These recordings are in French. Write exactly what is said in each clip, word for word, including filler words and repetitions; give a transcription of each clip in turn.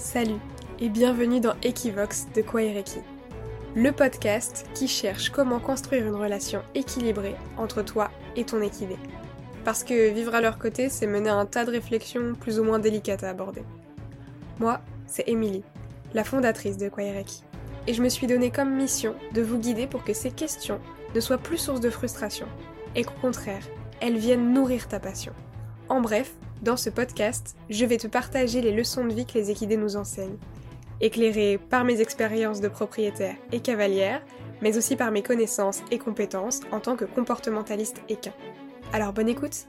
Salut et bienvenue dans Equivox de Kwaereki, le podcast qui cherche comment construire une relation équilibrée entre toi et ton équidé. Parce que vivre à leur côté, c'est mener un tas de réflexions plus ou moins délicates à aborder. Moi, c'est Émilie, la fondatrice de Kwaereki, et je me suis donné comme mission de vous guider pour que ces questions ne soient plus source de frustration, et qu'au contraire, elles viennent nourrir ta passion. En bref, dans ce podcast, je vais te partager les leçons de vie que les équidés nous enseignent, éclairées par mes expériences de propriétaire et cavalière, mais aussi par mes connaissances et compétences en tant que comportementaliste équin. Alors bonne écoute!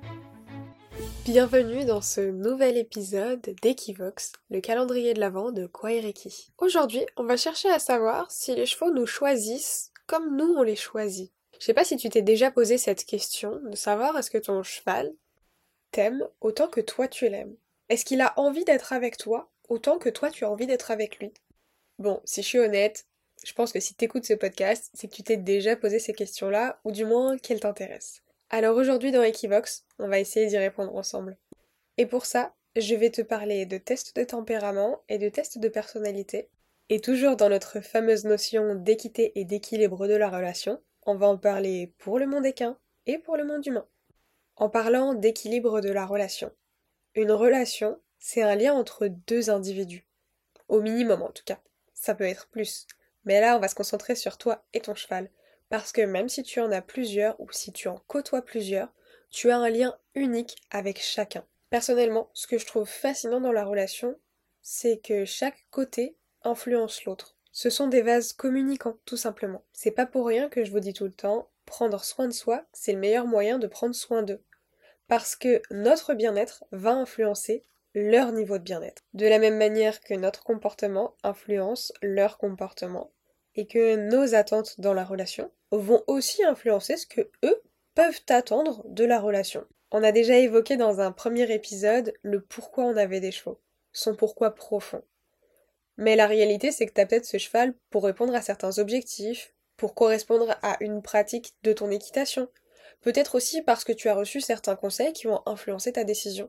Bienvenue dans ce nouvel épisode d'Equivox, le calendrier de l'Avent de Kwaereki. Aujourd'hui, on va chercher à savoir si les chevaux nous choisissent comme nous on les choisit. Je sais pas si tu t'es déjà posé cette question, de savoir est-ce que ton cheval t'aime autant que toi tu l'aimes. Est-ce qu'il a envie d'être avec toi autant que toi tu as envie d'être avec lui? Bon, si je suis honnête, je pense que si t'écoutes ce podcast, c'est que tu t'es déjà posé ces questions-là, ou du moins qu'elles t'intéressent. Alors aujourd'hui dans Equivox, on va essayer d'y répondre ensemble. Et pour ça, je vais te parler de tests de tempérament et de tests de personnalité. Et toujours dans notre fameuse notion d'équité et d'équilibre de la relation, on va en parler pour le monde équin et pour le monde humain. En parlant d'équilibre de la relation. Une relation, c'est un lien entre deux individus. Au minimum en tout cas. Ça peut être plus. Mais là, on va se concentrer sur toi et ton cheval. Parce que même si tu en as plusieurs ou si tu en côtoies plusieurs, tu as un lien unique avec chacun. Personnellement, ce que je trouve fascinant dans la relation, c'est que chaque côté influence l'autre. Ce sont des vases communicants, tout simplement. C'est pas pour rien que je vous dis tout le temps, prendre soin de soi, c'est le meilleur moyen de prendre soin d'eux. Parce que notre bien-être va influencer leur niveau de bien-être. De la même manière que notre comportement influence leur comportement. Et que nos attentes dans la relation vont aussi influencer ce que eux peuvent attendre de la relation. On a déjà évoqué dans un premier épisode le pourquoi on avait des chevaux, son pourquoi profond. Mais la réalité, c'est que t'as peut-être ce cheval pour répondre à certains objectifs, pour correspondre à une pratique de ton équitation. Peut-être aussi parce que tu as reçu certains conseils qui vont influencer ta décision.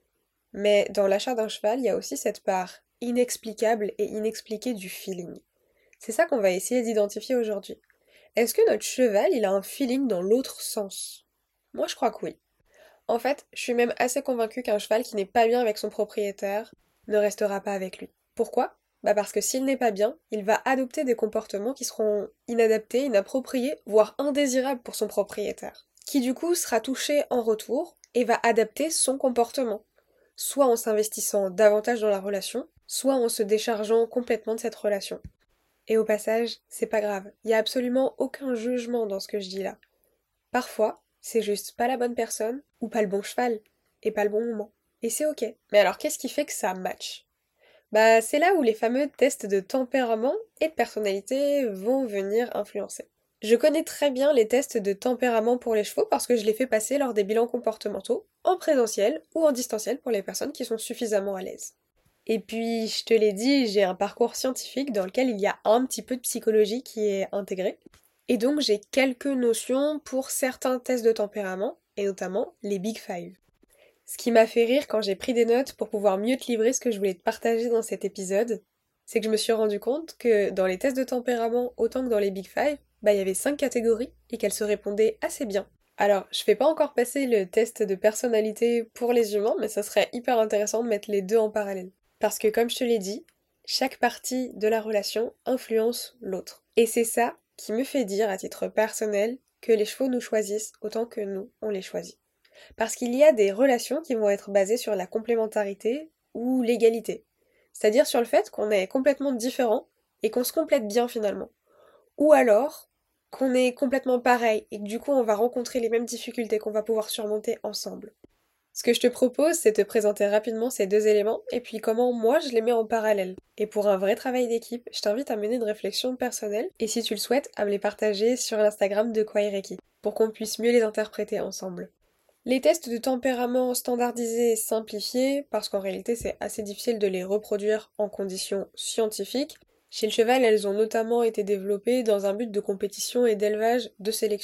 Mais dans l'achat d'un cheval, il y a aussi cette part inexplicable et inexpliquée du feeling. C'est ça qu'on va essayer d'identifier aujourd'hui. Est-ce que notre cheval, il a un feeling dans l'autre sens? Moi, je crois que oui. En fait, je suis même assez convaincue qu'un cheval qui n'est pas bien avec son propriétaire ne restera pas avec lui. Pourquoi? Bah parce que s'il n'est pas bien, il va adopter des comportements qui seront inadaptés, inappropriés, voire indésirables pour son propriétaire, qui du coup sera touché en retour et va adapter son comportement, soit en s'investissant davantage dans la relation, soit en se déchargeant complètement de cette relation. Et au passage, c'est pas grave, il y a absolument aucun jugement dans ce que je dis là. Parfois, c'est juste pas la bonne personne, ou pas le bon cheval, et pas le bon moment. Et c'est ok. Mais alors qu'est-ce qui fait que ça match? Bah, c'est là où les fameux tests de tempérament et de personnalité vont venir influencer. Je connais très bien les tests de tempérament pour les chevaux parce que je les fais passer lors des bilans comportementaux, en présentiel ou en distanciel pour les personnes qui sont suffisamment à l'aise. Et puis, je te l'ai dit, j'ai un parcours scientifique dans lequel il y a un petit peu de psychologie qui est intégré. Et donc, j'ai quelques notions pour certains tests de tempérament, et notamment les Big Five. Ce qui m'a fait rire quand j'ai pris des notes pour pouvoir mieux te livrer ce que je voulais te partager dans cet épisode, c'est que je me suis rendu compte que dans les tests de tempérament, autant que dans les Big Five, bah il y avait cinq catégories et qu'elles se répondaient assez bien. Alors, je fais pas encore passer le test de personnalité pour les humains, mais ça serait hyper intéressant de mettre les deux en parallèle. Parce que comme je te l'ai dit, chaque partie de la relation influence l'autre. Et c'est ça qui me fait dire à titre personnel que les chevaux nous choisissent autant que nous, on les choisit. Parce qu'il y a des relations qui vont être basées sur la complémentarité ou l'égalité. C'est-à-dire sur le fait qu'on est complètement différents et qu'on se complète bien finalement. Ou alors qu'on est complètement pareil et que du coup on va rencontrer les mêmes difficultés qu'on va pouvoir surmonter ensemble. Ce que je te propose, c'est de te présenter rapidement ces deux éléments et puis comment moi je les mets en parallèle. Et pour un vrai travail d'équipe, je t'invite à mener une réflexion personnelle et si tu le souhaites, à me les partager sur l'Instagram de Kwaereki pour qu'on puisse mieux les interpréter ensemble. Les tests de tempérament standardisés et simplifiés, parce qu'en réalité c'est assez difficile de les reproduire en conditions scientifiques, chez le cheval elles ont notamment été développées dans un but de compétition et d'élevage de sélection.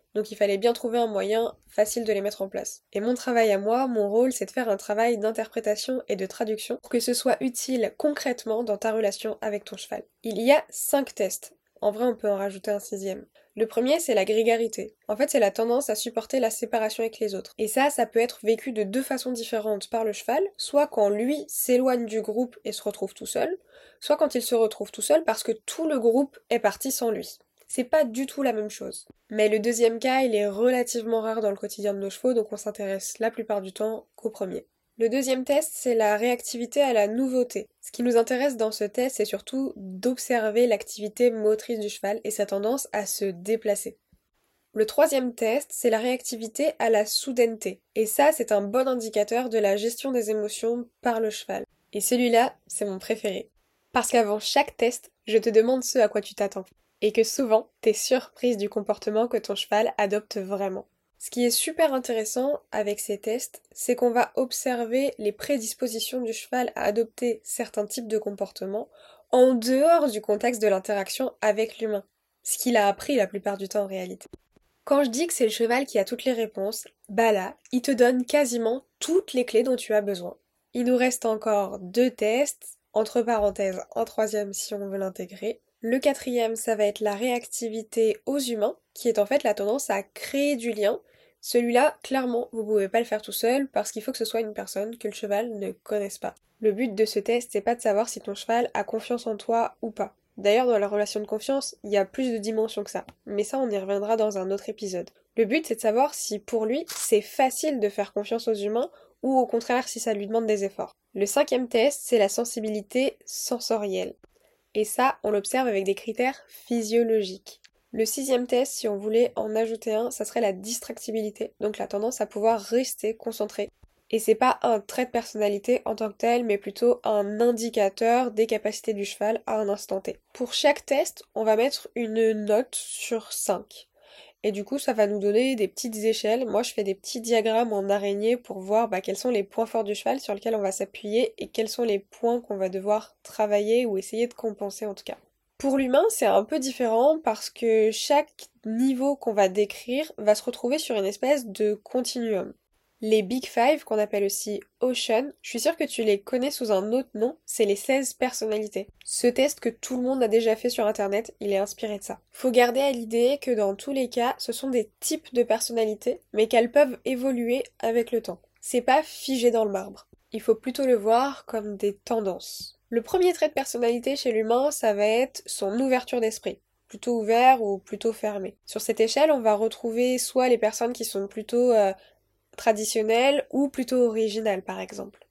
Donc il fallait bien trouver un moyen facile de les mettre en place. Et mon travail à moi, mon rôle, c'est de faire un travail d'interprétation et de traduction pour que ce soit utile concrètement dans ta relation avec ton cheval. Il y a cinq tests. En vrai, on peut en rajouter un sixième. Le premier, c'est la grégarité. En fait, c'est la tendance à supporter la séparation avec les autres. Et ça, ça peut être vécu de deux façons différentes par le cheval, soit quand lui s'éloigne du groupe et se retrouve tout seul, soit quand il se retrouve tout seul parce que tout le groupe est parti sans lui. C'est pas du tout la même chose. Mais le deuxième cas, il est relativement rare dans le quotidien de nos chevaux, donc on s'intéresse la plupart du temps qu'au premier. Le deuxième test, c'est la réactivité à la nouveauté. Ce qui nous intéresse dans ce test, c'est surtout d'observer l'activité motrice du cheval et sa tendance à se déplacer. Le troisième test, c'est la réactivité à la soudaineté. Et ça, c'est un bon indicateur de la gestion des émotions par le cheval. Et celui-là, c'est mon préféré. Parce qu'avant chaque test, je te demande ce à quoi tu t'attends. Et que souvent, t'es surprise du comportement que ton cheval adopte vraiment. Ce qui est super intéressant avec ces tests, c'est qu'on va observer les prédispositions du cheval à adopter certains types de comportements en dehors du contexte de l'interaction avec l'humain. Ce qu'il a appris la plupart du temps en réalité. Quand je dis que c'est le cheval qui a toutes les réponses, bah là, il te donne quasiment toutes les clés dont tu as besoin. Il nous reste encore deux tests, entre parenthèses un troisième si on veut l'intégrer. Le quatrième, ça va être la réactivité aux humains, qui est en fait la tendance à créer du lien. Celui-là, clairement, vous pouvez pas le faire tout seul parce qu'il faut que ce soit une personne que le cheval ne connaisse pas. Le but de ce test, c'est pas de savoir si ton cheval a confiance en toi ou pas. D'ailleurs, dans la relation de confiance, il y a plus de dimensions que ça. Mais ça, on y reviendra dans un autre épisode. Le but, c'est de savoir si pour lui, c'est facile de faire confiance aux humains ou au contraire si ça lui demande des efforts. Le cinquième test, c'est la sensibilité sensorielle. Et ça, on l'observe avec des critères physiologiques. Le sixième test, si on voulait en ajouter un, ça serait la distractibilité, donc la tendance à pouvoir rester concentré. Et c'est pas un trait de personnalité en tant que tel, mais plutôt un indicateur des capacités du cheval à un instant T. Pour chaque test, on va mettre une note sur cinq. Et du coup, ça va nous donner des petites échelles. Moi, je fais des petits diagrammes en araignée pour voir bah, quels sont les points forts du cheval sur lesquels on va s'appuyer et quels sont les points qu'on va devoir travailler ou essayer de compenser en tout cas. Pour l'humain, c'est un peu différent parce que chaque niveau qu'on va décrire va se retrouver sur une espèce de continuum. Les Big Five, qu'on appelle aussi Ocean, je suis sûre que tu les connais sous un autre nom, c'est les seize personnalités. Ce test que tout le monde a déjà fait sur internet, il est inspiré de ça. Faut garder à l'idée que dans tous les cas, ce sont des types de personnalités, mais qu'elles peuvent évoluer avec le temps. C'est pas figé dans le marbre. Il faut plutôt le voir comme des tendances. Le premier trait de personnalité chez l'humain, ça va être son ouverture d'esprit. Plutôt ouvert ou plutôt fermé. Sur cette échelle, on va retrouver soit les personnes qui sont plutôt euh, traditionnelles ou plutôt originales par exemple.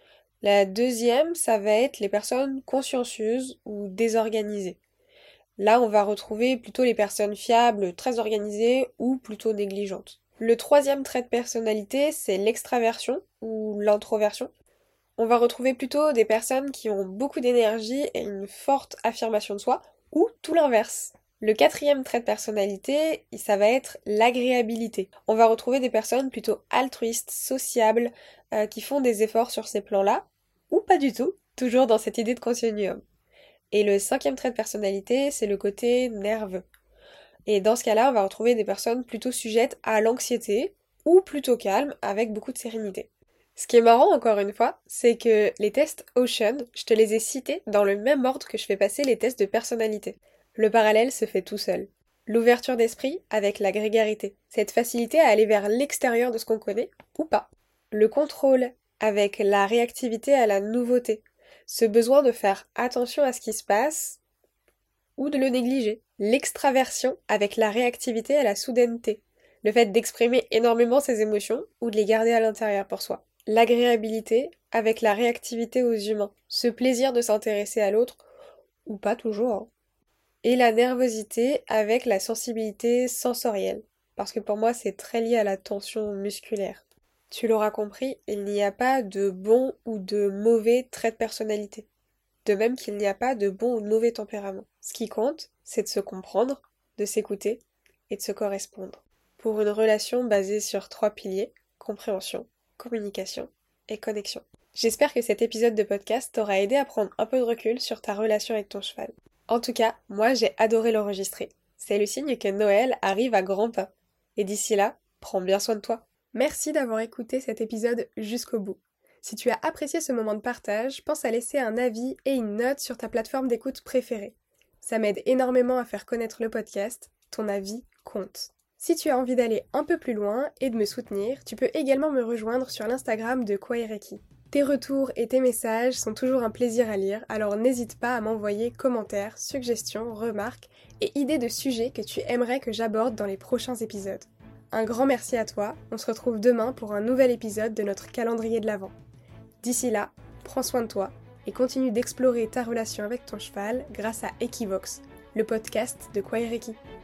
La deuxième, ça va être les personnes consciencieuses ou désorganisées. Là, on va retrouver plutôt les personnes fiables, très organisées ou plutôt négligentes. Le troisième trait de personnalité, c'est l'extraversion ou l'introversion. On va retrouver plutôt des personnes qui ont beaucoup d'énergie et une forte affirmation de soi, ou tout l'inverse. Le quatrième trait de personnalité, ça va être l'agréabilité. On va retrouver des personnes plutôt altruistes, sociables, euh, qui font des efforts sur ces plans-là, ou pas du tout, toujours dans cette idée de continuum. Et le cinquième trait de personnalité, c'est le côté nerveux. Et dans ce cas-là, on va retrouver des personnes plutôt sujettes à l'anxiété, ou plutôt calmes, avec beaucoup de sérénité. Ce qui est marrant, encore une fois, c'est que les tests Ocean, je te les ai cités dans le même ordre que je fais passer les tests de personnalité. Le parallèle se fait tout seul. L'ouverture d'esprit avec la grégarité, cette facilité à aller vers l'extérieur de ce qu'on connaît, ou pas. Le contrôle avec la réactivité à la nouveauté, ce besoin de faire attention à ce qui se passe, ou de le négliger. L'extraversion avec la réactivité à la soudaineté, le fait d'exprimer énormément ses émotions, ou de les garder à l'intérieur pour soi. L'agréabilité avec la réactivité aux humains, ce plaisir de s'intéresser à l'autre, ou pas toujours, hein. Et la nervosité avec la sensibilité sensorielle, parce que pour moi c'est très lié à la tension musculaire. Tu l'auras compris, il n'y a pas de bon ou de mauvais traits de personnalité, de même qu'il n'y a pas de bon ou de mauvais tempérament. Ce qui compte, c'est de se comprendre, de s'écouter et de se correspondre. Pour une relation basée sur trois piliers, compréhension, communication et connexion. J'espère que cet épisode de podcast t'aura aidé à prendre un peu de recul sur ta relation avec ton cheval. En tout cas, moi j'ai adoré l'enregistrer. C'est le signe que Noël arrive à grands pas. Et d'ici là, prends bien soin de toi. Merci d'avoir écouté cet épisode jusqu'au bout. Si tu as apprécié ce moment de partage, pense à laisser un avis et une note sur ta plateforme d'écoute préférée. Ça m'aide énormément à faire connaître le podcast, ton avis compte. Si tu as envie d'aller un peu plus loin et de me soutenir, tu peux également me rejoindre sur l'Instagram de Kwaereki. Tes retours et tes messages sont toujours un plaisir à lire, alors n'hésite pas à m'envoyer commentaires, suggestions, remarques et idées de sujets que tu aimerais que j'aborde dans les prochains épisodes. Un grand merci à toi, on se retrouve demain pour un nouvel épisode de notre calendrier de l'Avent. D'ici là, prends soin de toi et continue d'explorer ta relation avec ton cheval grâce à Equivox, le podcast de Kwaereki.